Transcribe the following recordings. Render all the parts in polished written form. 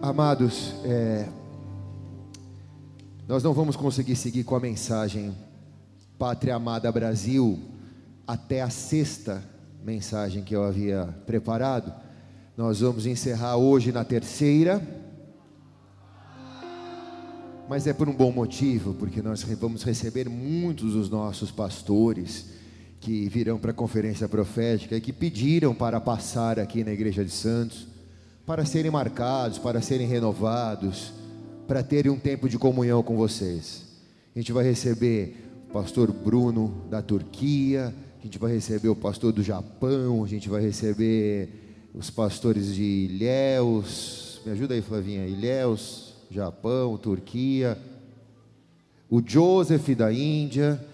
Amados, nós não vamos conseguir seguir com a mensagem Pátria Amada Brasil até a sexta mensagem que eu havia preparado. Nós vamos encerrar hoje na terceira, mas é por um bom motivo, porque nós vamos receber muitos dos nossos pastores que virão para a conferência profética e que pediram para passar aqui na Igreja de Santos, para serem marcados, para serem renovados, para terem um tempo de comunhão com vocês. A gente vai receber o pastor Bruno da Turquia, a gente vai receber o pastor do Japão, a gente vai receber os pastores de Ilhéus, me ajuda aí, Flavinha, Ilhéus, Japão, Turquia, o Joseph da Índia,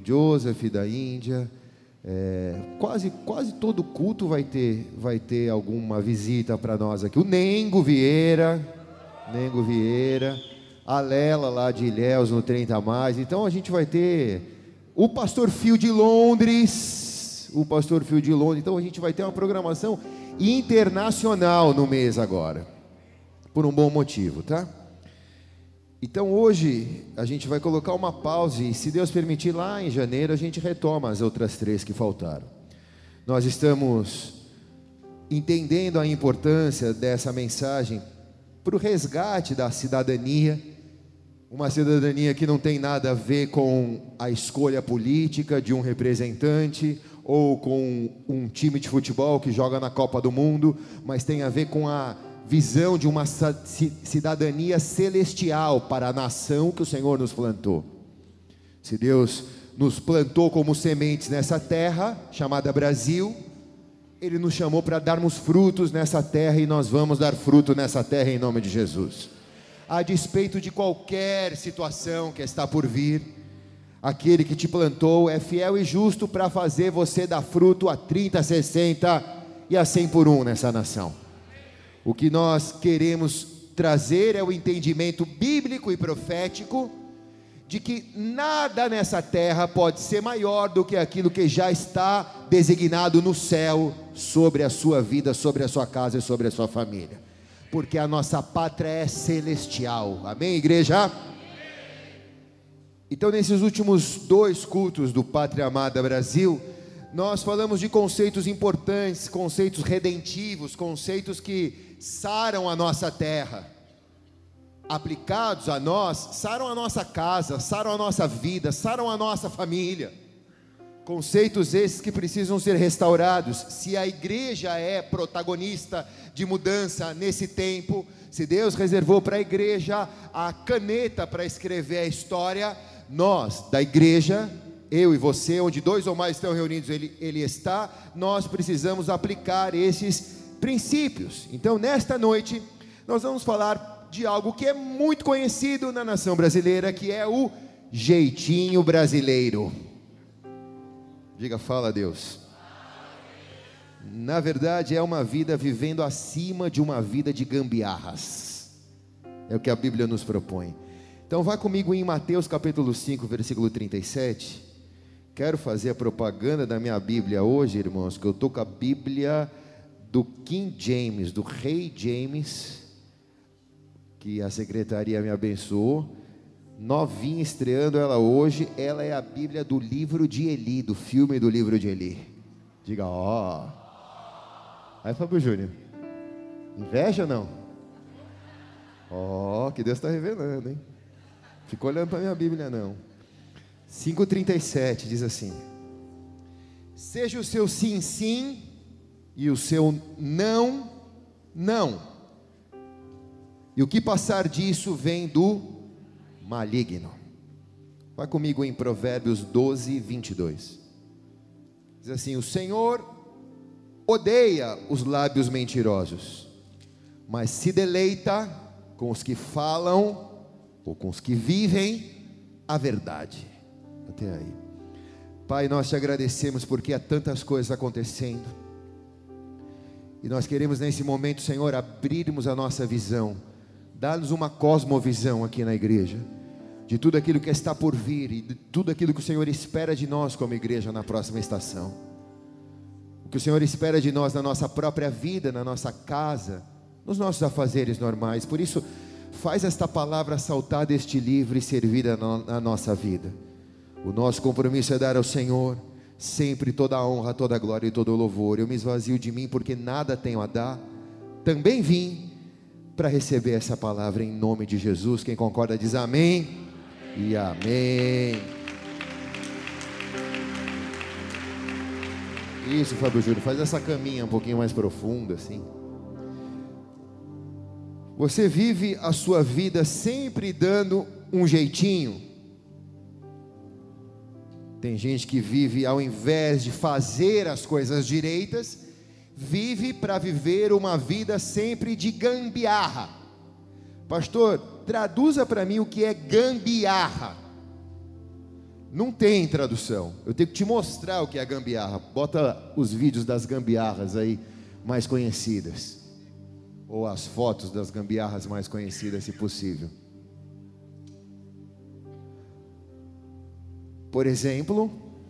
quase todo culto vai ter alguma visita para nós aqui. O Nengo Vieira, a Lela lá de Ilhéus no 30 mais. Então a gente vai ter o pastor Phil de Londres, então a gente vai ter uma programação internacional no mês agora, por um bom motivo, tá? Então hoje a gente vai colocar uma pausa e, se Deus permitir, lá em janeiro a gente retoma as outras 3 que faltaram. Nós estamos entendendo a importância dessa mensagem para o resgate da cidadania, uma cidadania que não tem nada a ver com a escolha política de um representante ou com um time de futebol que joga na Copa do Mundo, mas tem a ver com a visão de uma cidadania celestial para a nação que o Senhor nos plantou. Se Deus nos plantou como sementes nessa terra chamada Brasil, Ele nos chamou para darmos frutos nessa terra, e nós vamos dar fruto nessa terra em nome de Jesus. A despeito de qualquer situação que está por vir, aquele que te plantou é fiel e justo para fazer você dar fruto a 30, 60 e a 100 por 1 nessa nação. O que nós queremos trazer é o entendimento bíblico e profético de que nada nessa terra pode ser maior do que aquilo que já está designado no céu sobre a sua vida, sobre a sua casa e sobre a sua família, porque a nossa pátria é celestial. Amém, igreja? Então, nesses últimos 2 cultos do Pátria Amada Brasil, nós falamos de conceitos importantes, conceitos redentivos, conceitos que saram a nossa terra, aplicados a nós, saram a nossa casa, saram a nossa vida, saram a nossa família. Conceitos esses que precisam ser restaurados. Se a igreja é protagonista de mudança nesse tempo, se Deus reservou para a igreja a caneta para escrever a história, nós da igreja, eu e você, onde 2 ou mais estão reunidos, ele está, nós precisamos aplicar esses princípios. Então, nesta noite, nós vamos falar de algo que é muito conhecido na nação brasileira, que é o jeitinho brasileiro. Diga, fala a Deus. Na verdade, é uma vida vivendo acima de uma vida de gambiarras. É o que a Bíblia nos propõe. Então, vá comigo em Mateus capítulo 5, versículo 37. Quero fazer a propaganda da minha Bíblia hoje, irmãos, que eu estou com a Bíblia do King James, do Rei James, que a secretaria me abençoou, novinha, estreando ela hoje. Ela é a Bíblia do livro de Eli, do filme do livro de Eli. Diga, ó. Aí, Fábio Júnior, inveja ou não? Ó, que Deus está revelando, hein? Fica olhando para a minha Bíblia, não. 5,37 diz assim: seja o seu sim, sim, e o seu não, não, e o que passar disso vem do maligno. Vai comigo em Provérbios 12, 22. Diz assim: o Senhor odeia os lábios mentirosos, mas se deleita com os que falam, ou com os que vivem a verdade. Até aí. Pai, nós te agradecemos porque há tantas coisas acontecendo, e nós queremos nesse momento, Senhor, abrirmos a nossa visão, dar-nos uma cosmovisão aqui na igreja, de tudo aquilo que está por vir, e de tudo aquilo que o Senhor espera de nós como igreja na próxima estação. O que o Senhor espera de nós na nossa própria vida, na nossa casa, nos nossos afazeres normais. Por isso, faz esta palavra saltar deste livro e servir na nossa vida. O nosso compromisso é dar ao Senhor sempre toda a honra, toda a glória e todo o louvor. Eu me esvazio de mim porque nada tenho a dar. Também vim para receber essa palavra em nome de Jesus. Quem concorda diz amém e amém. Isso, Fábio Júnior, faz essa caminha um pouquinho mais profunda assim. Você vive a sua vida sempre dando um jeitinho. Tem gente que vive, ao invés de fazer as coisas direitas, vive para viver uma vida sempre de gambiarra. Pastor, traduza para mim o que é gambiarra. Não tem tradução. Eu tenho que te mostrar o que é gambiarra. Bota os vídeos das gambiarras aí mais conhecidas, ou as fotos das gambiarras mais conhecidas, se possível. Por exemplo,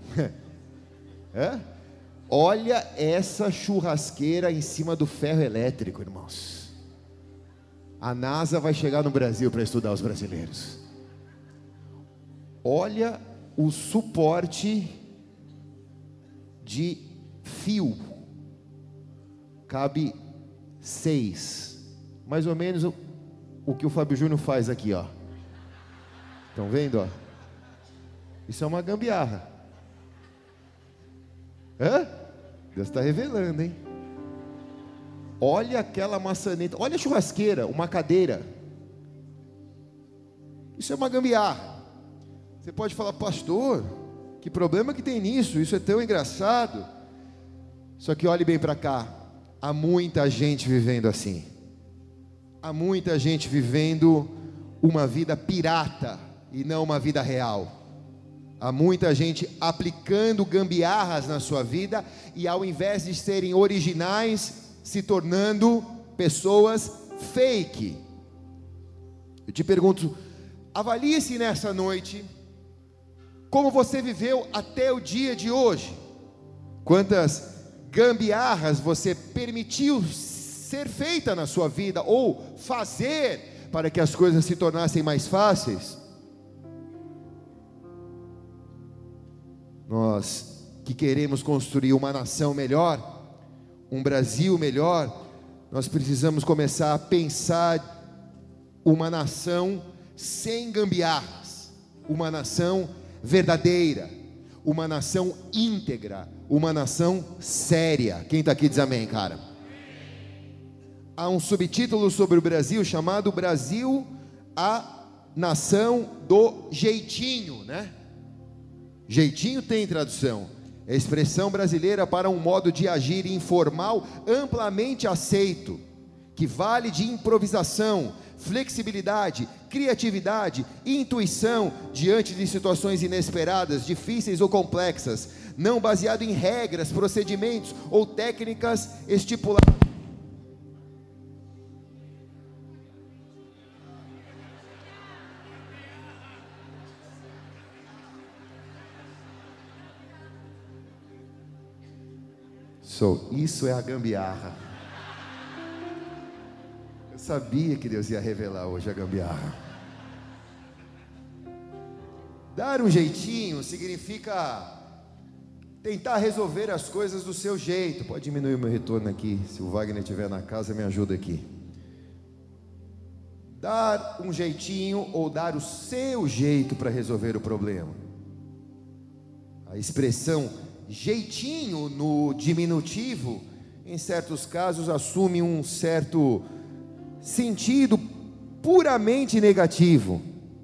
olha essa churrasqueira em cima do ferro elétrico, irmãos. A NASA vai chegar no Brasil para estudar os brasileiros. Olha o suporte de fio. Cabe 6. Mais ou menos o que o Fábio Júnior faz aqui, ó. Estão vendo, ó? Isso é uma gambiarra. Deus está revelando, hein? Olha aquela maçaneta, olha a churrasqueira, uma cadeira. Isso é uma gambiarra. Você pode falar, pastor, que problema que tem nisso? Isso é tão engraçado. Só que olhe bem para cá. Há muita gente vivendo assim. Há muita gente vivendo uma vida pirata e não uma vida real. Há muita gente aplicando gambiarras na sua vida e, ao invés de serem originais, se tornando pessoas fake. Eu te pergunto, avalie-se nessa noite como você viveu até o dia de hoje. Quantas gambiarras você permitiu ser feita na sua vida ou fazer para que as coisas se tornassem mais fáceis? Nós que queremos construir uma nação melhor, um Brasil melhor, nós precisamos começar a pensar uma nação sem gambiarras, uma nação verdadeira, uma nação íntegra, uma nação séria. Quem está aqui diz amém, cara. Há um subtítulo sobre o Brasil chamado Brasil, a nação do jeitinho, né? Jeitinho tem tradução, é a expressão brasileira para um modo de agir informal amplamente aceito, que vale de improvisação, flexibilidade, criatividade, intuição diante de situações inesperadas, difíceis ou complexas, não baseado em regras, procedimentos ou técnicas estipuladas. Isso é a gambiarra. Eu sabia que Deus ia revelar hoje a gambiarra. Dar um jeitinho significa tentar resolver as coisas do seu jeito. Pode diminuir o meu retorno aqui, se o Wagner estiver na casa, me ajuda aqui. Dar um jeitinho ou dar o seu jeito para resolver o problema. A expressão jeitinho no diminutivo, em certos casos, assume um certo sentido puramente negativo.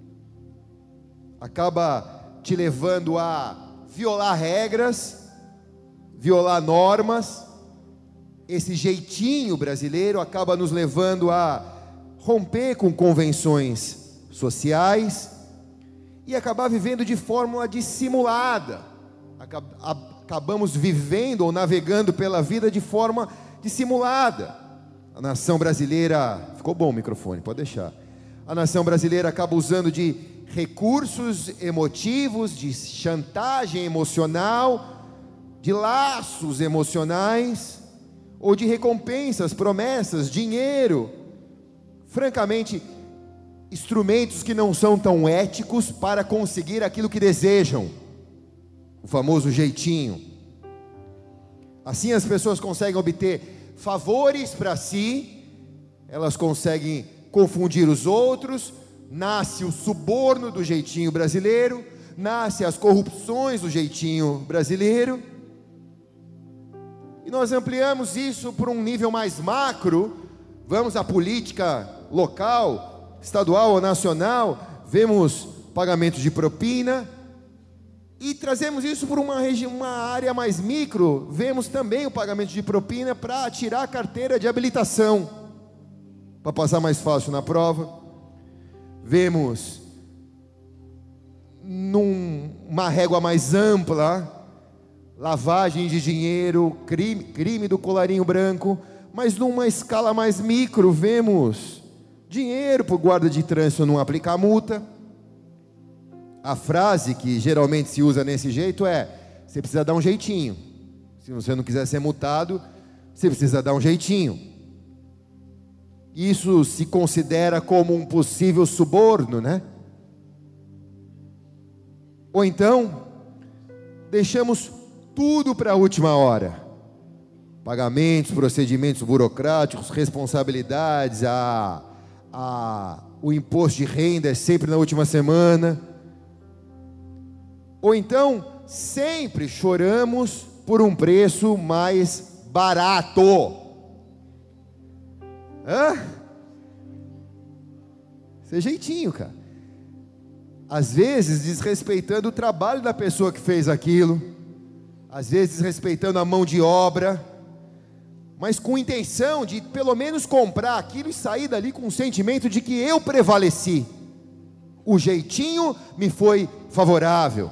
Acaba te levando a violar regras, violar normas. Esse jeitinho brasileiro acaba nos levando a romper com convenções sociais e acabar vivendo de forma dissimulada. Acabamos vivendo ou navegando pela vida de forma dissimulada. A nação brasileira, ficou bom o microfone, pode deixar. A nação brasileira acaba usando de recursos emotivos, de chantagem emocional, de laços emocionais, ou de recompensas, promessas, dinheiro, francamente, instrumentos que não são tão éticos para conseguir aquilo que desejam, o famoso jeitinho. Assim as pessoas conseguem obter favores para si, elas conseguem confundir os outros, nasce o suborno do jeitinho brasileiro, nasce as corrupções do jeitinho brasileiro, e nós ampliamos isso para um nível mais macro, vamos à política local, estadual ou nacional, vemos pagamentos de propina, e trazemos isso para uma área mais micro, vemos também o pagamento de propina para tirar a carteira de habilitação, para passar mais fácil na prova. Vemos numa régua mais ampla, lavagem de dinheiro, crime do colarinho branco, mas numa escala mais micro, vemos dinheiro para o guarda de trânsito não aplicar multa. A frase que geralmente se usa nesse jeito é: você precisa dar um jeitinho, se você não quiser ser multado, você precisa dar um jeitinho. Isso se considera como um possível suborno, né? Ou então, deixamos tudo para a última hora. Pagamentos, procedimentos burocráticos, responsabilidades, o imposto de renda é sempre na última semana. Ou então, sempre choramos por um preço mais barato. Isso é jeitinho, cara. Às vezes desrespeitando o trabalho da pessoa que fez aquilo, às vezes desrespeitando a mão de obra, mas com intenção de pelo menos comprar aquilo e sair dali com um sentimento de que eu prevaleci, o jeitinho me foi favorável.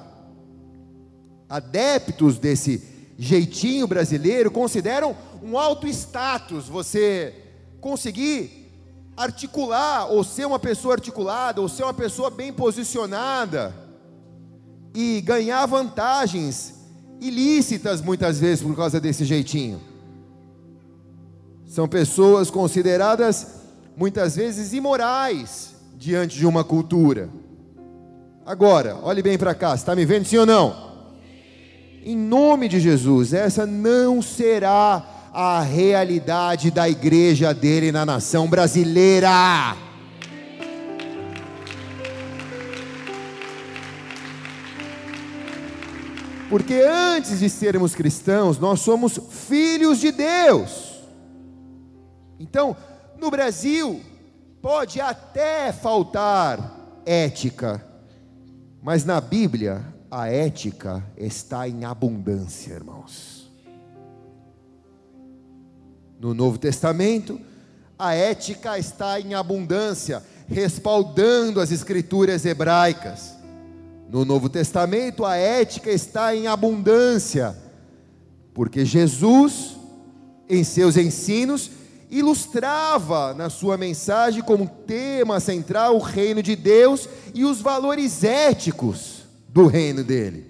Adeptos desse jeitinho brasileiro consideram um alto status você conseguir articular, ou ser uma pessoa articulada, ou ser uma pessoa bem posicionada, e ganhar vantagens ilícitas muitas vezes por causa desse jeitinho. São pessoas consideradas muitas vezes imorais diante de uma cultura. Agora, olhe bem para cá, você está me vendo, sim ou não? Em nome de Jesus, essa não será a realidade da igreja dele na nação brasileira. Porque antes de sermos cristãos, nós somos filhos de Deus. Então, no Brasil, pode até faltar ética, mas na Bíblia, a ética está em abundância, irmãos. No Novo Testamento, a ética está em abundância, respaldando as escrituras hebraicas. No Novo Testamento, a ética está em abundância, porque Jesus, em seus ensinos, ilustrava na sua mensagem como tema central o reino de Deus e os valores éticos do reino dele.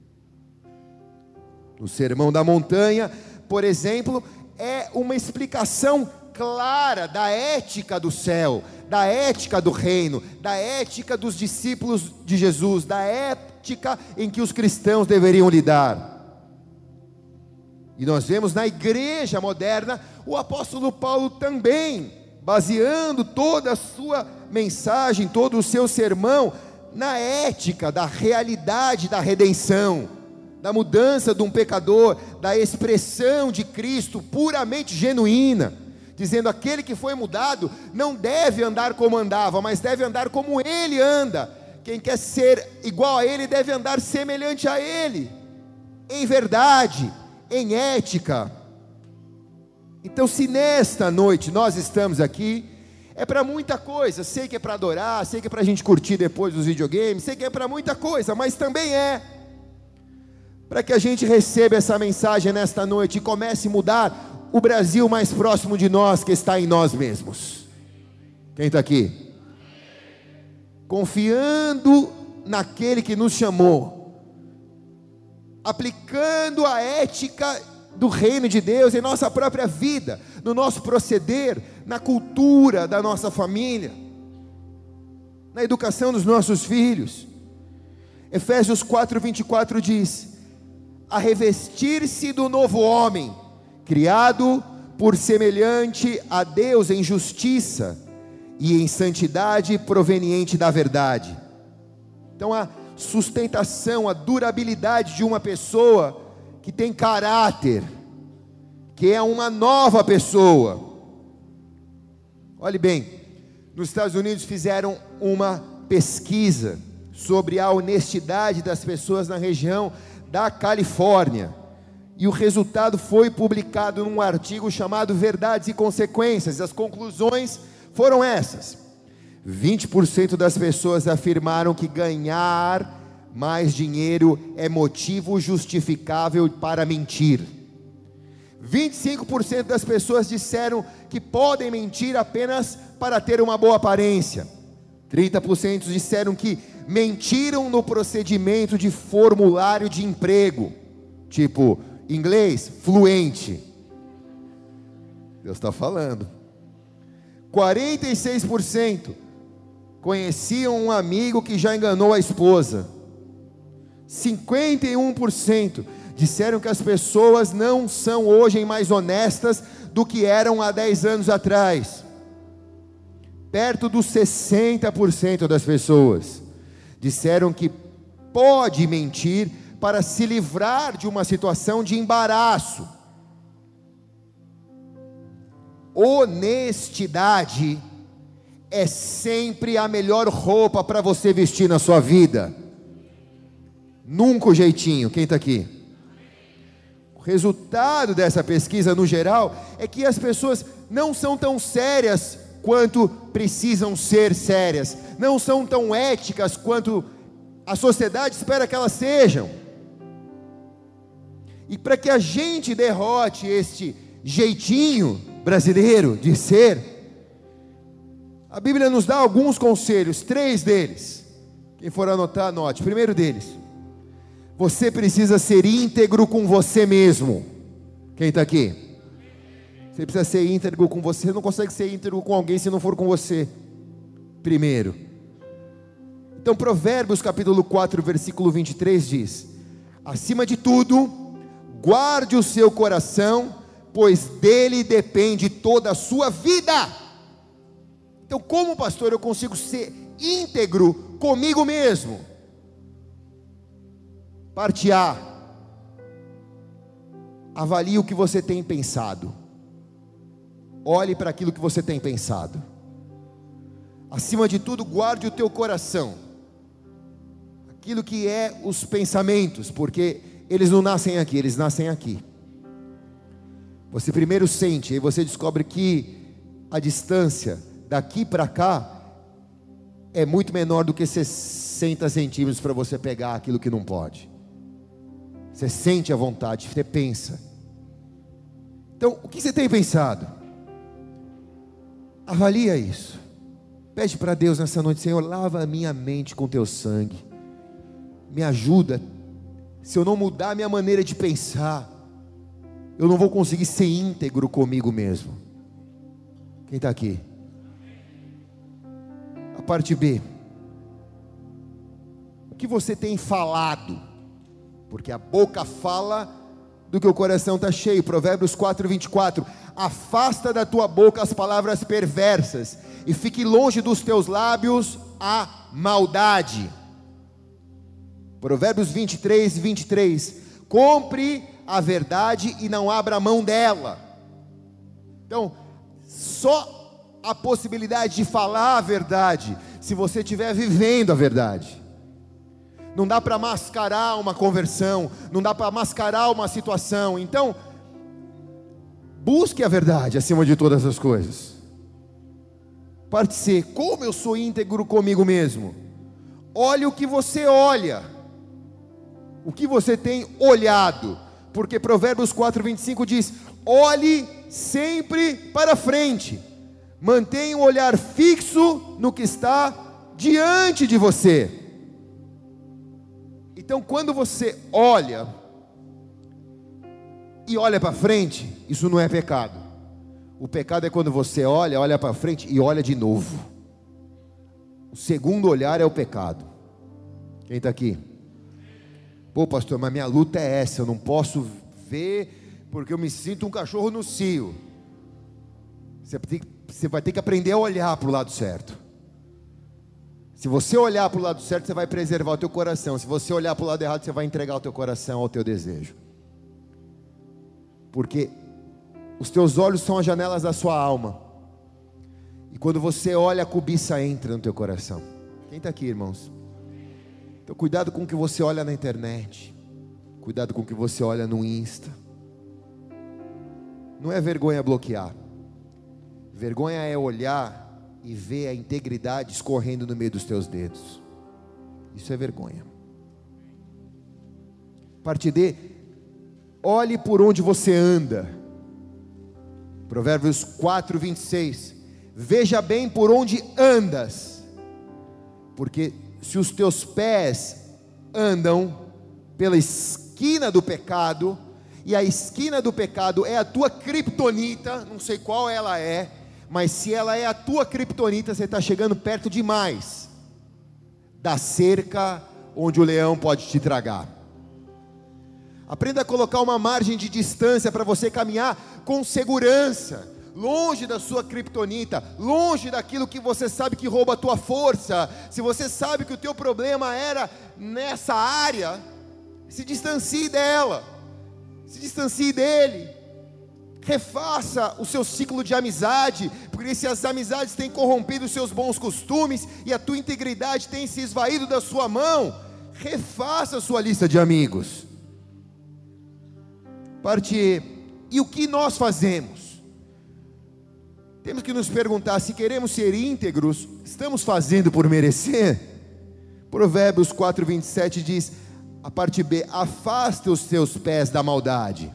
No Sermão da Montanha, por exemplo, é uma explicação clara da ética do céu, da ética do reino, da ética dos discípulos de Jesus, da ética em que os cristãos deveriam lidar. E nós vemos na igreja moderna o apóstolo Paulo também baseando toda a sua mensagem, todo o seu sermão na ética da realidade da redenção, da mudança de um pecador, da expressão de Cristo puramente genuína, dizendo: aquele que foi mudado não deve andar como andava, mas deve andar como ele anda. Quem quer ser igual a ele deve andar semelhante a ele, em verdade, em ética. Então, se nesta noite nós estamos aqui, é para muita coisa. Sei que é para adorar, sei que é para a gente curtir depois dos videogames, sei que é para muita coisa, mas também é para que a gente receba essa mensagem nesta noite e comece a mudar o Brasil mais próximo de nós, que está em nós mesmos. Quem está aqui? Confiando naquele que nos chamou, aplicando a ética do reino de Deus em nossa própria vida, no nosso proceder, na cultura da nossa família, na educação dos nossos filhos. Efésios 4:24 diz: a revestir-se do novo homem, criado por semelhante a Deus em justiça e em santidade proveniente da verdade. Então a sustentação, a durabilidade de uma pessoa que tem caráter, que é uma nova pessoa. Olhe bem, nos Estados Unidos fizeram uma pesquisa sobre a honestidade das pessoas na região da Califórnia, e o resultado foi publicado num artigo chamado Verdades e Consequências. As conclusões foram essas: 20% das pessoas afirmaram que ganhar mais dinheiro é motivo justificável para mentir. 25% das pessoas disseram que podem mentir apenas para ter uma boa aparência. 30% disseram que mentiram no procedimento de formulário de emprego, tipo inglês fluente. Deus está falando. 46% conheciam um amigo que já enganou a esposa. 51% disseram que as pessoas não são hoje mais honestas do que eram há 10 anos atrás. Perto dos 60% das pessoas disseram que pode mentir para se livrar de uma situação de embaraço. Honestidade é sempre a melhor roupa para você vestir na sua vida. Nunca o jeitinho. Quem está aqui? O resultado dessa pesquisa no geral é que as pessoas não são tão sérias quanto precisam ser sérias, não são tão éticas quanto a sociedade espera que elas sejam. E para que a gente derrote este jeitinho brasileiro de ser, a Bíblia nos dá alguns conselhos, 3 deles. Quem for anotar, anote. Primeiro deles: você precisa ser íntegro com você mesmo. Quem está aqui? Você precisa ser íntegro com você. Você não consegue ser íntegro com alguém se não for com você primeiro. Então Provérbios capítulo 4 versículo 23 diz: acima de tudo, guarde o seu coração, pois dele depende toda a sua vida. Então, como pastor, eu consigo ser íntegro comigo mesmo? Parte A: avalie o que você tem pensado. Olhe para aquilo que você tem pensado. Acima de tudo, guarde o teu coração. Aquilo que é os pensamentos, porque eles não nascem aqui, eles nascem aqui. Você primeiro sente, e você descobre que a distância daqui para cá é muito menor do que 60 centímetros para você pegar aquilo que não pode. Você sente a vontade, você pensa. Então, o que você tem pensado? Avalia isso. Pede para Deus nessa noite: Senhor, lava a minha mente com teu sangue. Me ajuda. Se eu não mudar a minha maneira de pensar, eu não vou conseguir ser íntegro comigo mesmo. Quem está aqui? A parte B: o que você tem falado? Porque a boca fala do que o coração está cheio. Provérbios 4:24: afasta da tua boca as palavras perversas, e fique longe dos teus lábios a maldade. Provérbios 23:23: compre a verdade e não abra mão dela. Então, só a possibilidade de falar a verdade se você estiver vivendo a verdade. Não dá para mascarar uma conversão, não dá para mascarar uma situação. Então, busque a verdade acima de todas as coisas. Parte C: como eu sou íntegro comigo mesmo? Olhe o que você olha, o que você tem olhado, porque Provérbios 4:25 diz: olhe sempre para frente, mantenha o olhar fixo no que está diante de você. Então, quando você olha, e olha para frente, isso não é pecado. O pecado é quando você olha para frente e olha de novo. O segundo olhar é o pecado. Quem está aqui? Pô, pastor, mas minha luta é essa, eu não posso ver porque eu me sinto um cachorro no cio. Você vai ter que aprender a olhar para o lado certo. Se você olhar para o lado certo, você vai preservar o teu coração. Se você olhar para o lado errado, você vai entregar o teu coração ao teu desejo. Porque os teus olhos são as janelas da sua alma. E quando você olha, a cobiça entra no teu coração. Quem está aqui, irmãos? Então cuidado com o que você olha na internet. Cuidado com o que você olha no Insta. Não é vergonha bloquear. Vergonha é olhar e ver a integridade escorrendo no meio dos teus dedos. Isso é vergonha. Parte D, olhe por onde você anda. Provérbios 4, 26. Veja bem por onde andas, porque se os teus pés andam pela esquina do pecado, e a esquina do pecado é a tua criptonita, não sei qual ela é, mas se ela é a tua criptonita, você está chegando perto demais da cerca onde o leão pode te tragar. Aprenda a colocar uma margem de distância para você caminhar com segurança, longe da sua criptonita, longe daquilo que você sabe que rouba a tua força. Se você sabe que o teu problema era nessa área, se distancie dela, se distancie dele. Refaça o seu ciclo de amizade, porque se as amizades têm corrompido os seus bons costumes e a tua integridade tem se esvaído da sua mão, refaça a sua lista de amigos. Parte E. E o que nós fazemos? Temos que nos perguntar, se queremos ser íntegros, estamos fazendo por merecer? Provérbios 4, 27 diz, a parte B, afaste os teus pés da maldade.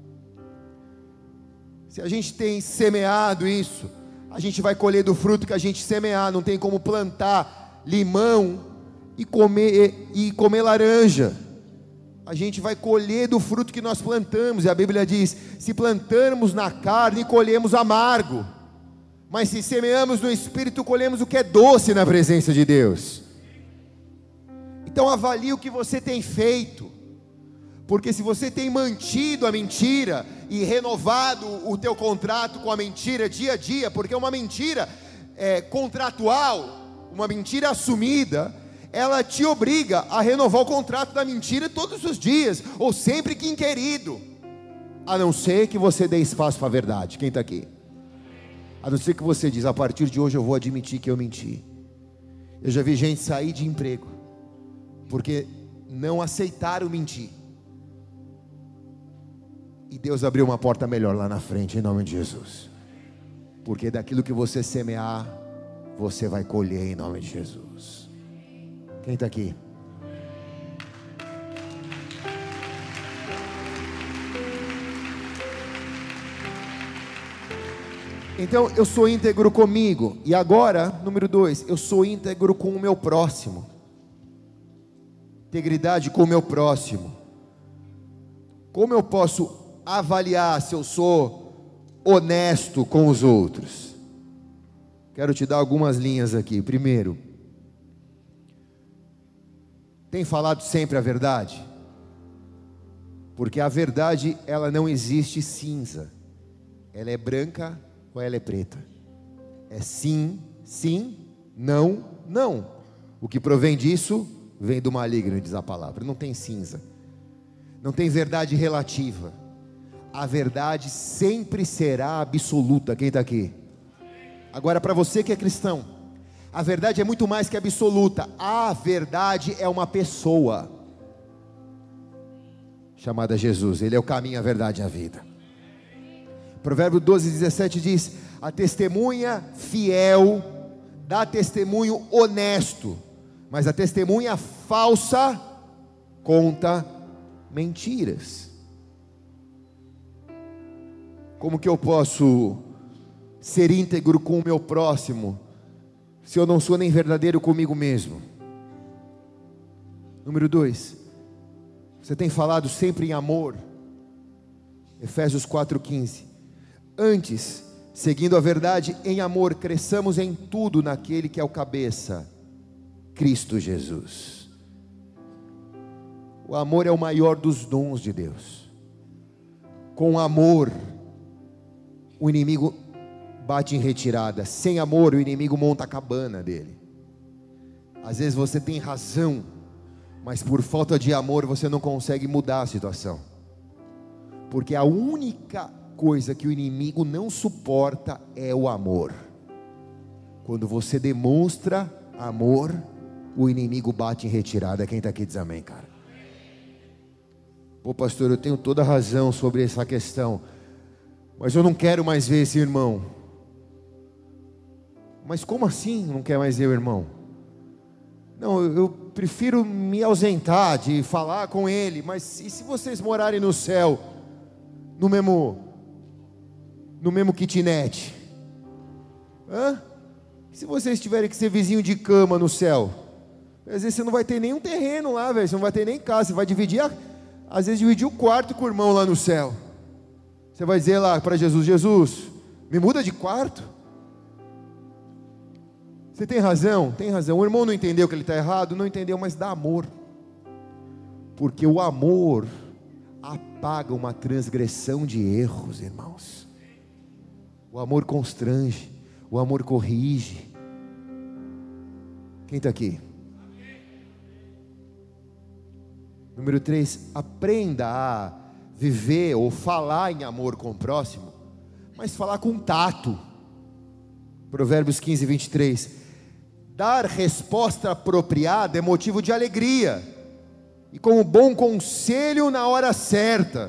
Se a gente tem semeado isso, a gente vai colher do fruto que a gente semear. Não tem como plantar limão e comer laranja. A gente vai colher do fruto que nós plantamos. E a Bíblia diz, se plantarmos na carne, colhemos amargo, mas se semeamos no Espírito, colhemos o que é doce na presença de Deus. Então avalie o que você tem feito, porque se você tem mantido a mentira e renovado o teu contrato com a mentira dia a dia, porque uma mentira contratual, uma mentira assumida, ela te obriga a renovar o contrato da mentira todos os dias, ou sempre que inquirido, a não ser que você dê espaço para a verdade. Quem está aqui? A não ser que você diz, a partir de hoje eu vou admitir que eu menti. Eu já vi gente sair de emprego porque não aceitaram mentir, e Deus abriu uma porta melhor lá na frente, em nome de Jesus. Porque daquilo que você semear, você vai colher em nome de Jesus. Quem está aqui? Então eu sou íntegro comigo. E agora, número 2, eu sou íntegro com o meu próximo. Integridade com o meu próximo. Como eu posso avaliar se eu sou honesto com os outros? Quero te dar algumas linhas aqui. Primeiro, tem falado sempre a verdade? Porque a verdade, ela não existe cinza. Ela é branca ou ela é preta? É sim, sim, não, não. O que provém disso vem do maligno, diz a palavra. Não tem cinza, não tem verdade relativa. A verdade sempre será absoluta. Quem está aqui? Agora, para você que é cristão, a verdade é muito mais que absoluta. A verdade é uma pessoa chamada Jesus. Ele é o caminho, a verdade e a vida. Provérbio 12, 17 diz, a testemunha fiel dá testemunho honesto, mas a testemunha falsa conta mentiras. Como que eu posso ser íntegro com o meu próximo, se eu não sou nem verdadeiro comigo mesmo? Número 2, você tem falado sempre em amor. Efésios 4,15. Antes, seguindo a verdade em amor, cresçamos em tudo naquele que é o cabeça, Cristo Jesus. O amor é o maior dos dons de Deus. Com amor, o inimigo bate em retirada. Sem amor, o inimigo monta a cabana dele. Às vezes você tem razão, mas por falta de amor você não consegue mudar a situação. Porque a única coisa que o inimigo não suporta é o amor. Quando você demonstra amor, o inimigo bate em retirada. Quem está aqui diz amém, cara? Pô, pastor, eu tenho toda a razão sobre essa questão, mas eu não quero mais ver esse irmão. Mas como assim não quer mais ver o irmão? Não, eu prefiro me ausentar de falar com ele. Mas e se vocês morarem no céu, no mesmo kitnet? Se vocês tiverem que ser vizinho de cama no céu, às vezes você não vai ter nenhum terreno lá, velho. Você não vai ter nem casa. Você vai dividir, às vezes dividir o quarto com o irmão lá no céu. Você vai dizer lá para Jesus: Jesus, me muda de quarto. Você tem razão, tem razão. O irmão não entendeu que ele está errado, não entendeu, mas dá amor. Porque o amor apaga uma transgressão de erros, irmãos. O amor constrange, o amor corrige. Quem está aqui? Número 3, aprenda a viver ou falar em amor com o próximo, mas falar com tato. Provérbios 15, 23. Dar resposta apropriada é motivo de alegria, e com o bom conselho na hora certa.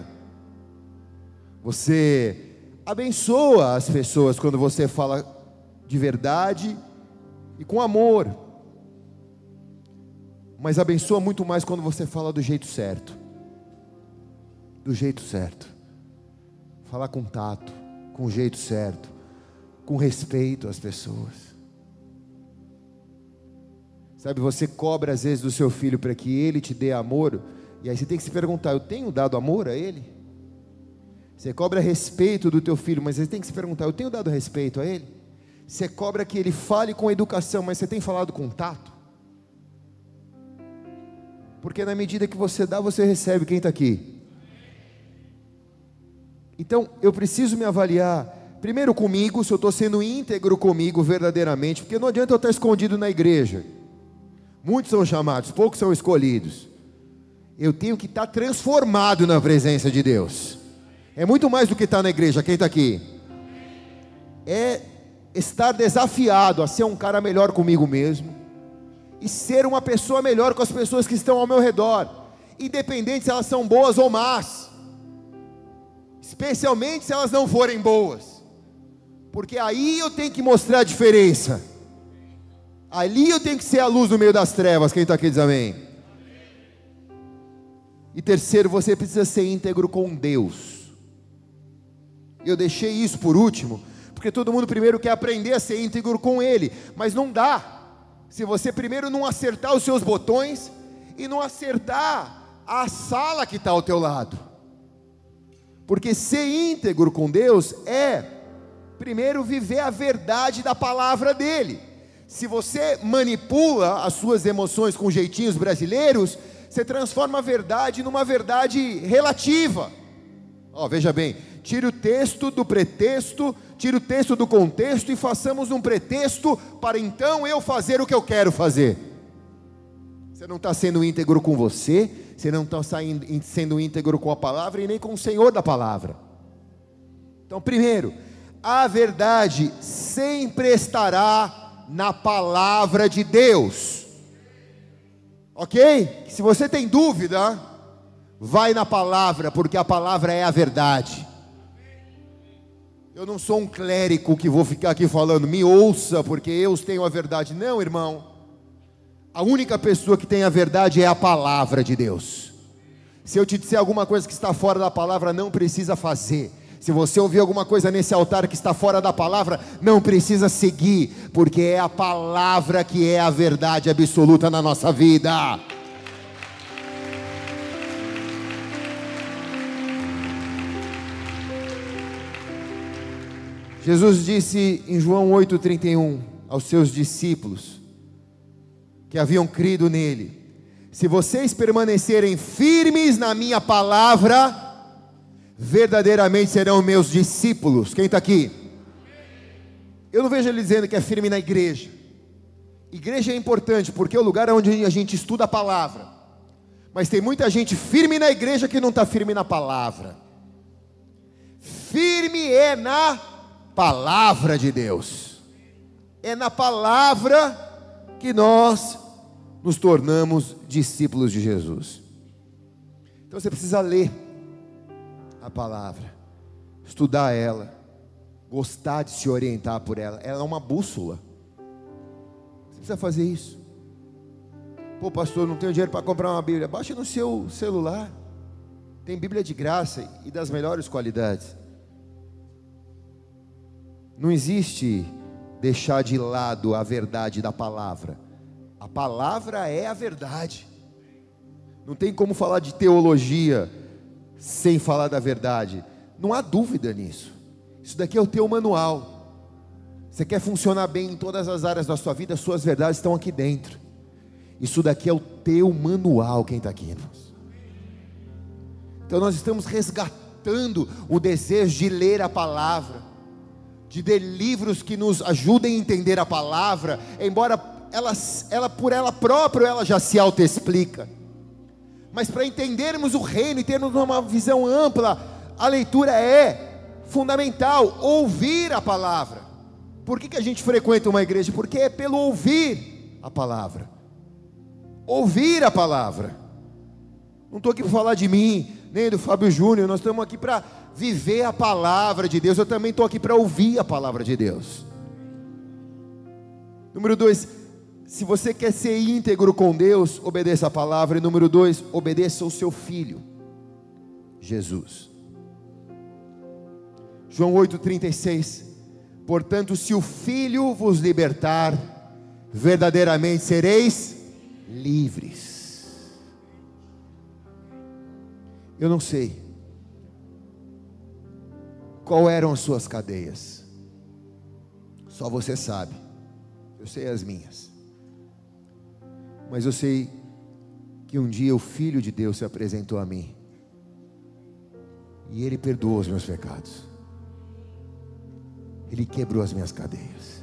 Você abençoa as pessoas quando você fala de verdade e com amor, mas abençoa muito mais quando você fala do jeito certo. Do jeito certo. Falar com tato, com o jeito certo, com respeito às pessoas. Sabe, você cobra às vezes do seu filho para que ele te dê amor, e aí você tem que se perguntar: eu tenho dado amor a ele? Você cobra respeito do teu filho, mas você tem que se perguntar: eu tenho dado respeito a ele? Você cobra que ele fale com educação, mas você tem falado com tato? Porque na medida que você dá, você recebe. Quem está aqui? Então eu preciso me avaliar primeiro comigo, se eu estou sendo íntegro comigo verdadeiramente, porque não adianta eu estar escondido na igreja. Muitos são chamados, poucos são escolhidos. Eu tenho que estar transformado na presença de Deus. É muito mais do que estar na igreja. Quem está aqui? É estar desafiado a ser um cara melhor comigo mesmo, e ser uma pessoa melhor com as pessoas que estão ao meu redor, independente se elas são boas ou más, especialmente se elas não forem boas, porque aí eu tenho que mostrar a diferença. Ali eu tenho que ser a luz no meio das trevas. Quem está aqui diz amém. E terceiro, você precisa ser íntegro com Deus. Eu deixei isso por último, porque todo mundo primeiro quer aprender a ser íntegro com Ele, mas não dá, se você primeiro não acertar os seus botões, e não acertar a sala que está ao teu lado. Porque ser íntegro com Deus é, primeiro, viver a verdade da palavra dEle. Se você manipula as suas emoções com jeitinhos brasileiros, você transforma a verdade numa verdade relativa. Veja bem, tire o texto do pretexto, tire o texto do contexto e façamos um pretexto para então eu fazer o que eu quero fazer. Você não está sendo íntegro com você, você não está sendo íntegro com a palavra e nem com o Senhor da palavra. Então, primeiro, a verdade sempre estará na palavra de Deus, ok? Se você tem dúvida, vai na palavra, porque a palavra é a verdade. Eu não sou um clérigo que vou ficar aqui falando, me ouça porque eu tenho a verdade. Não, irmão, a única pessoa que tem a verdade é a palavra de Deus. Se eu te disser alguma coisa que está fora da palavra, não precisa fazer. Se você ouvir alguma coisa nesse altar que está fora da palavra, não precisa seguir, porque é a palavra que é a verdade absoluta na nossa vida. Jesus disse em João 8,31 aos seus discípulos que haviam crido nele: se vocês permanecerem firmes na minha palavra, verdadeiramente serão meus discípulos. Quem está aqui? Eu não vejo ele dizendo que é firme na igreja. Igreja é importante porque é o lugar onde a gente estuda a palavra. Mas tem muita gente firme na igreja que não está firme na palavra. Firme é na palavra de Deus. É na palavra que nós nos tornamos discípulos de Jesus. Então você precisa ler a palavra, estudar ela, gostar de se orientar por ela. Ela é uma bússola. Você precisa fazer isso. Pô, pastor, não tenho dinheiro para comprar uma Bíblia. Baixa no seu celular. Tem Bíblia de graça e das melhores qualidades. Não existe deixar de lado a verdade da palavra. A palavra é a verdade. Não tem como falar de teologia sem falar da verdade. Não há dúvida nisso. Isso daqui é o teu manual. Você quer funcionar bem em todas as áreas da sua vida, as suas verdades estão aqui dentro. Isso daqui é o teu manual. Quem está aqui, irmãos? Então nós estamos resgatando o desejo de ler a palavra, de ler livros que nos ajudem a entender a palavra, embora ela por ela própria ela já se autoexplica. Mas para entendermos o reino e termos uma visão ampla, a leitura é fundamental. Ouvir a palavra. Por que a gente frequenta uma igreja? Porque é pelo ouvir a palavra. Ouvir a palavra. Não estou aqui para falar de mim, nem do Fábio Júnior. Nós estamos aqui para viver a palavra de Deus. Eu também estou aqui para ouvir a palavra de Deus. Número 2, se você quer ser íntegro com Deus, obedeça a palavra. E número 2, obedeça o seu filho, Jesus. João 8,36. Portanto, se o Filho vos libertar, verdadeiramente sereis livres. Eu não sei qual eram as suas cadeias. Só você sabe. Eu sei as minhas. Mas eu sei que um dia o Filho de Deus se apresentou a mim e Ele perdoou os meus pecados. Ele quebrou as minhas cadeias.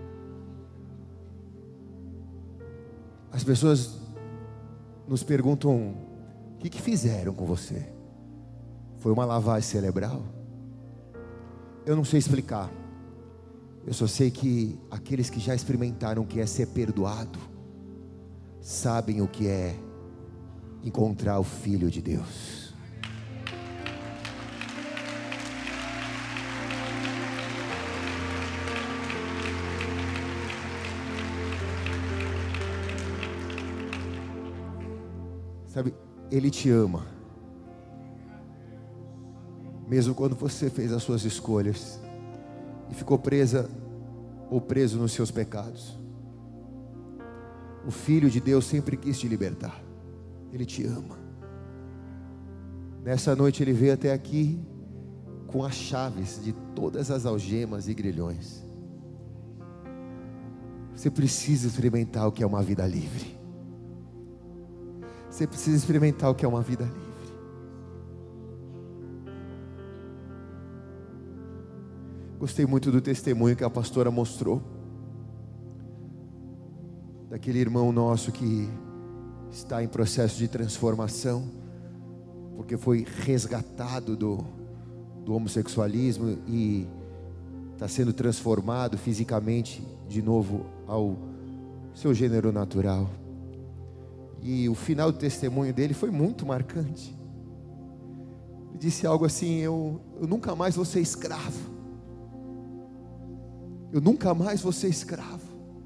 As pessoas nos perguntam: o que fizeram com você? Foi uma lavagem cerebral? Eu não sei explicar. Eu só sei que aqueles que já experimentaram o que é ser perdoado sabem o que é encontrar o Filho de Deus. Sabe, Ele te ama, mesmo quando você fez as suas escolhas e ficou presa ou preso nos seus pecados. O Filho de Deus sempre quis te libertar. Ele te ama. Nessa noite Ele veio até aqui com as chaves de todas as algemas e grilhões. Você precisa experimentar o que é uma vida livre. Você precisa experimentar o que é uma vida livre. Gostei muito do testemunho que a pastora mostrou, daquele irmão nosso que está em processo de transformação, porque foi resgatado do homossexualismo e está sendo transformado fisicamente de novo ao seu gênero natural. E o final do testemunho dele foi muito marcante. Ele disse algo assim: eu nunca mais vou ser escravo. Eu nunca mais vou ser escravo.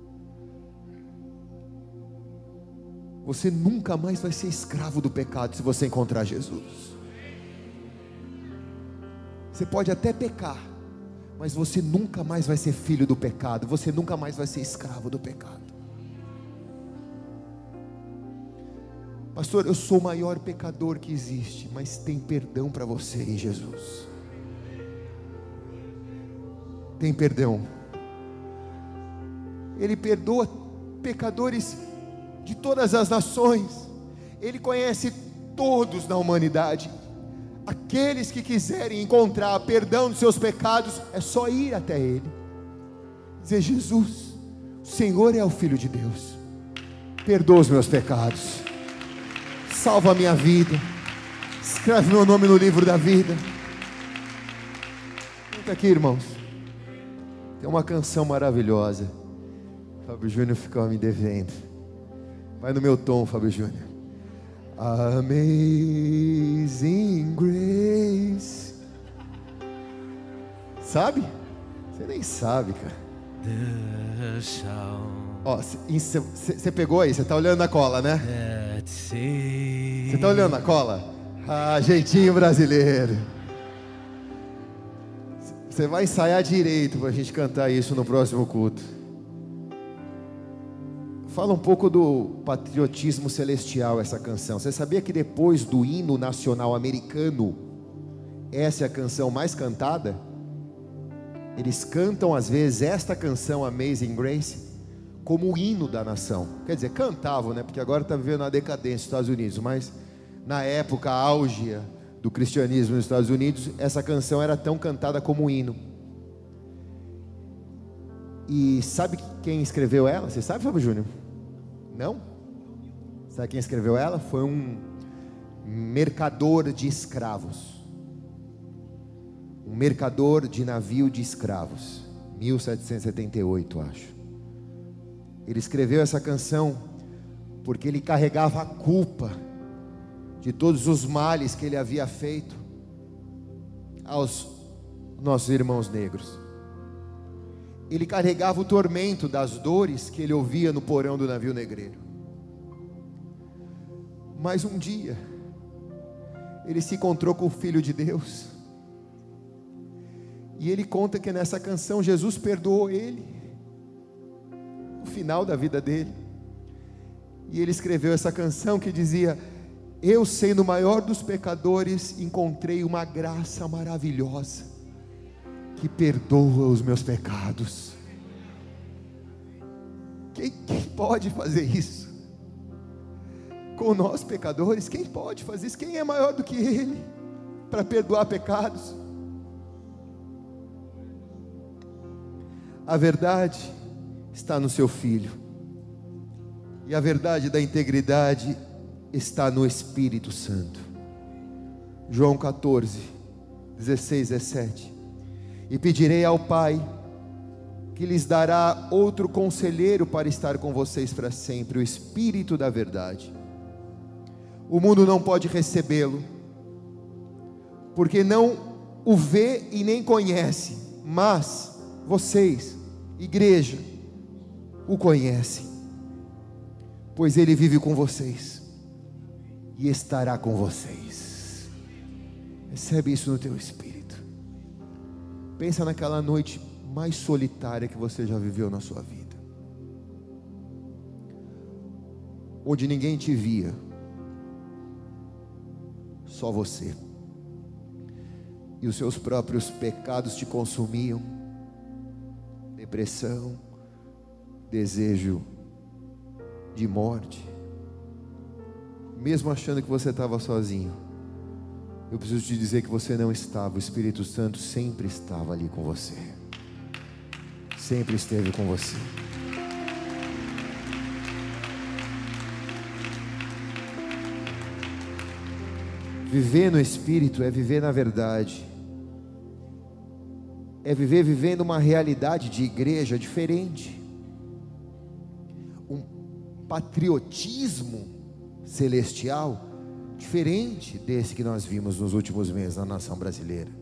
Você nunca mais vai ser escravo do pecado se você encontrar Jesus. Você pode até pecar, mas você nunca mais vai ser filho do pecado. Você nunca mais vai ser escravo do pecado. Pastor, eu sou o maior pecador que existe, mas tem perdão para você em Jesus. tem perdão. Ele perdoa pecadores de todas as nações. Ele conhece todos na humanidade. Aqueles que quiserem encontrar perdão dos seus pecados, é só ir até Ele, dizer: Jesus, o Senhor é o Filho de Deus, perdoa os meus pecados, salva a minha vida, escreve meu nome no livro da vida. Fica aqui, irmãos. Tem uma canção maravilhosa. Fábio Júnior ficou me devendo. Vai no meu tom, Fábio Júnior. Amazing Grace. Sabe? Você nem sabe, cara. Ó, você pegou aí, você tá olhando na cola, né? Você tá olhando na cola? Ah, jeitinho brasileiro. Você vai ensaiar direito pra gente cantar isso no próximo culto. Fala um pouco do patriotismo celestial essa canção. Você sabia que depois do hino nacional americano, essa é a canção mais cantada? Eles cantam às vezes esta canção Amazing Grace como o hino da nação. Quer dizer, cantavam, né? Porque agora está vivendo a decadência nos Estados Unidos. Mas na época auge do cristianismo nos Estados Unidos, essa canção era tão cantada como o hino. E sabe quem escreveu ela? Você sabe, Fábio Júnior? Não? Sabe quem escreveu ela? Foi um mercador de escravos. Um mercador de navio de escravos. 1778, acho. Ele escreveu essa canção porque ele carregava a culpa de todos os males que ele havia feito aos nossos irmãos negros. Ele carregava o tormento das dores que ele ouvia no porão do navio negreiro. Mas um dia ele se encontrou com o Filho de Deus, e ele conta que nessa canção Jesus perdoou ele no final da vida dele. E ele escreveu essa canção que dizia: eu, sendo o maior dos pecadores, encontrei uma graça maravilhosa que perdoa os meus pecados. Quem pode fazer isso com nós pecadores? Quem pode fazer isso? Quem é maior do que Ele para perdoar pecados? A verdade está no seu Filho, e a verdade da integridade está no Espírito Santo. João 14, 16, 17. E pedirei ao Pai, que lhes dará outro conselheiro para estar com vocês para sempre, o Espírito da verdade. O mundo não pode recebê-lo, porque não o vê e nem conhece, mas vocês, igreja, o conhecem, pois ele vive com vocês e estará com vocês. Recebe isso no teu espírito. Pensa naquela noite mais solitária que você já viveu na sua vida, onde ninguém te via, só você, e os seus próprios pecados te consumiam, depressão, desejo de morte. Mesmo achando que você estava sozinho, eu preciso te dizer que você não estava. O Espírito Santo sempre estava ali com você, sempre esteve com você. Viver no Espírito é viver na verdade, é viver vivendo uma realidade de igreja diferente, um patriotismo celestial diferente desse que nós vimos nos últimos meses na nação brasileira.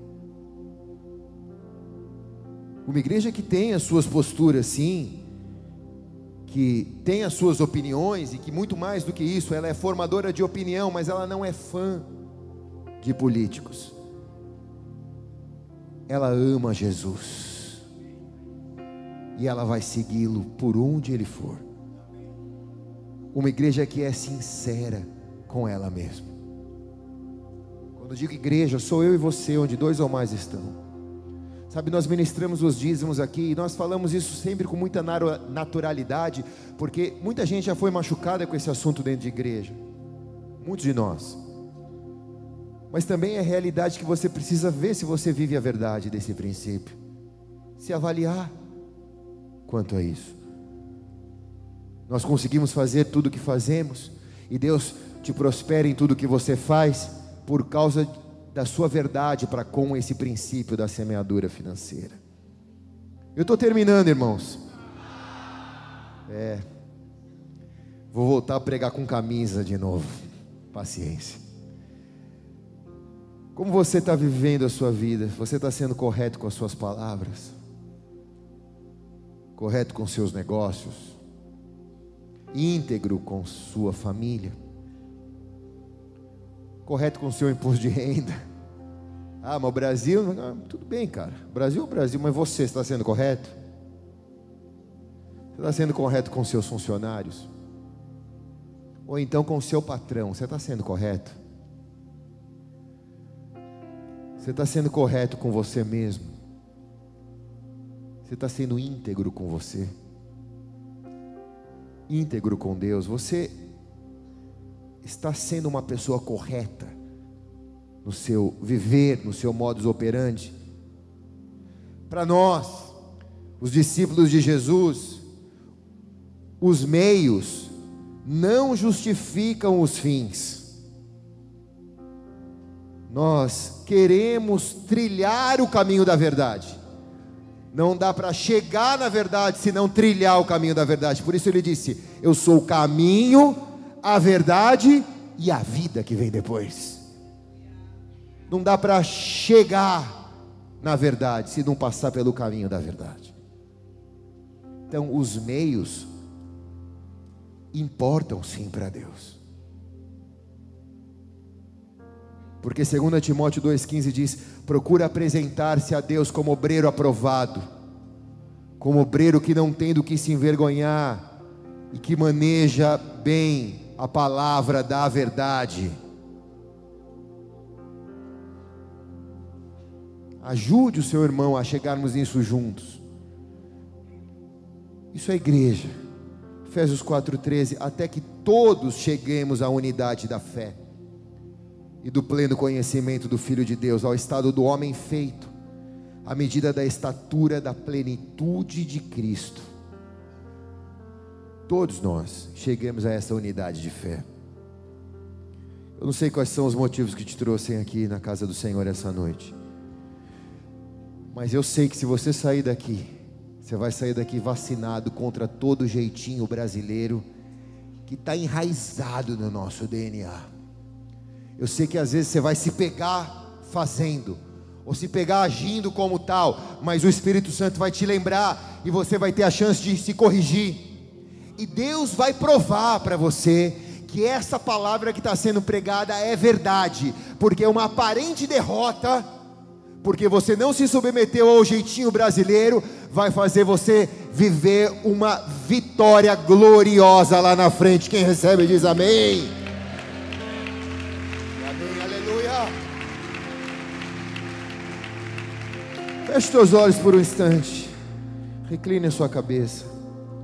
Uma igreja que tem as suas posturas, sim, que tem as suas opiniões, e que muito mais do que isso, ela é formadora de opinião, mas ela não é fã de políticos. Ela ama Jesus e ela vai segui-lo por onde ele for. Uma igreja que é sincera com ela mesma. Quando eu digo igreja, sou eu e você, onde dois ou mais estão. Sabe, nós ministramos os dízimos aqui, e nós falamos isso sempre com muita naturalidade, porque muita gente já foi machucada com esse assunto dentro de igreja, muitos de nós. Mas também é realidade que você precisa ver se você vive a verdade desse princípio, se avaliar quanto a isso. Nós conseguimos fazer tudo o que fazemos, e Deus te prospera em tudo o que você faz, por causa da sua verdade para com esse princípio da semeadura financeira. Eu estou terminando, irmãos. Vou voltar a pregar com camisa de novo. Paciência. Como você está vivendo a sua vida? Você está sendo correto com as suas palavras? Correto com seus negócios? Íntegro com sua família? Correto com o seu imposto de renda? Mas o Brasil, tudo bem, cara, Brasil é o Brasil, mas você está sendo correto? Você está sendo correto com seus funcionários? Ou então com o seu patrão, você está sendo correto? Você está sendo correto com você mesmo? Você está sendo íntegro com você? Íntegro com Deus? Você está sendo uma pessoa correta no seu viver, no seu modus operandi? Para nós, os discípulos de Jesus, os meios não justificam os fins. Nós queremos trilhar o caminho da verdade. Não dá para chegar na verdade se não trilhar o caminho da verdade. Por isso ele disse: eu sou o caminho, a verdade e a vida que vem depois. Não dá para chegar na verdade se não passar pelo caminho da verdade. Então os meios importam sim para Deus. Porque 2 Timóteo 2,15 diz: procura apresentar-se a Deus como obreiro aprovado, como obreiro que não tem do que se envergonhar e que maneja bem a palavra da verdade. Ajude o seu irmão a chegarmos nisso juntos. Isso é igreja. Efésios 4,13: até que todos cheguemos à unidade da fé e do pleno conhecimento do Filho de Deus, ao estado do homem feito, à medida da estatura da plenitude de Cristo. Todos nós chegamos a essa unidade de fé. Eu não sei quais são os motivos que te trouxem aqui na casa do Senhor essa noite, mas eu sei que se você sair daqui, você vai sair daqui vacinado contra todo jeitinho brasileiro que está enraizado no nosso DNA. Eu sei que às vezes você vai se pegar fazendo, ou se pegar agindo como tal, mas o Espírito Santo vai te lembrar, e você vai ter a chance de se corrigir, e Deus vai provar para você que essa palavra que está sendo pregada é verdade, porque uma aparente derrota, porque você não se submeteu ao jeitinho brasileiro, vai fazer você viver uma vitória gloriosa lá na frente. Quem recebe diz amém. Amém, aleluia. Feche seus olhos por um instante, recline a sua cabeça.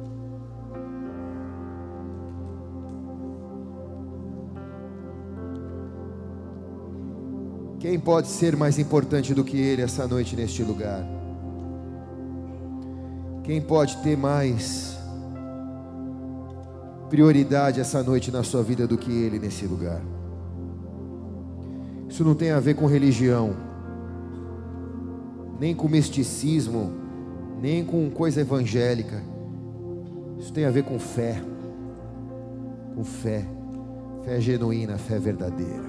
Quem pode ser mais importante do que Ele essa noite neste lugar? Quem pode ter mais prioridade essa noite na sua vida do que Ele nesse lugar? Isso não tem a ver com religião, nem com misticismo, nem com coisa evangélica. Isso tem a ver com fé, fé genuína, fé verdadeira.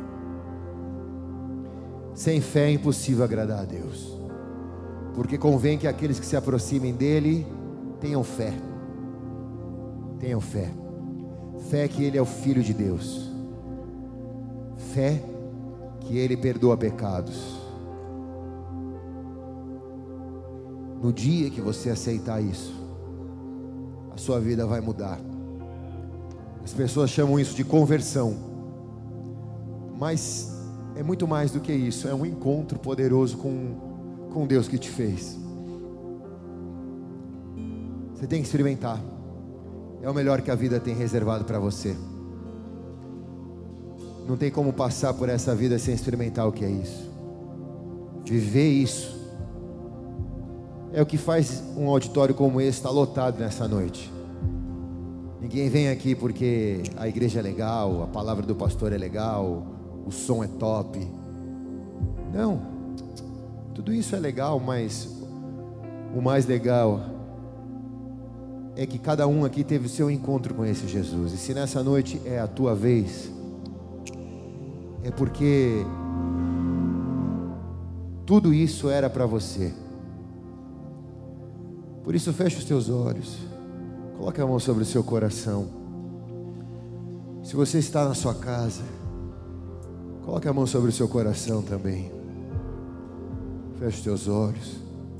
Sem fé é impossível agradar a Deus, porque convém que aqueles que se aproximem dEle tenham fé. Tenham fé. Fé que Ele é o Filho de Deus. Fé que Ele perdoa pecados. No dia que você aceitar isso, a sua vida vai mudar. As pessoas chamam isso de conversão, mas é muito mais do que isso. É um encontro poderoso com com o Deus que te fez. Você tem que experimentar. É o melhor que a vida tem reservado para você. Não tem como passar por essa vida sem experimentar o que é isso. Viver isso é o que faz um auditório como esse estar lotado nessa noite. Ninguém vem aqui porque a igreja é legal, a palavra do pastor é legal, o som é top. Não, tudo isso é legal, mas o mais legal é que cada um aqui teve o seu encontro com esse Jesus. E se nessa noite é a tua vez, é porque tudo isso era para você. Por isso feche os teus olhos, coloque a mão sobre o seu coração. Se você está na sua casa, coloque a mão sobre o seu coração também. Feche os teus olhos.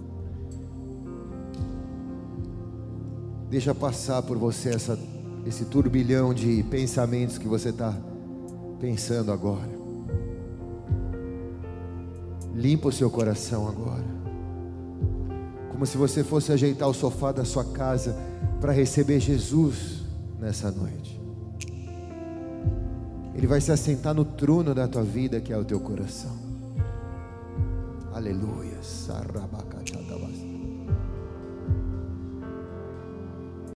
Deixa passar por você esse turbilhão de pensamentos que você está pensando agora. Limpa o seu coração agora, como se você fosse ajeitar o sofá da sua casa para receber Jesus nessa noite. Ele vai se assentar no trono da tua vida, que é o teu coração. Aleluia.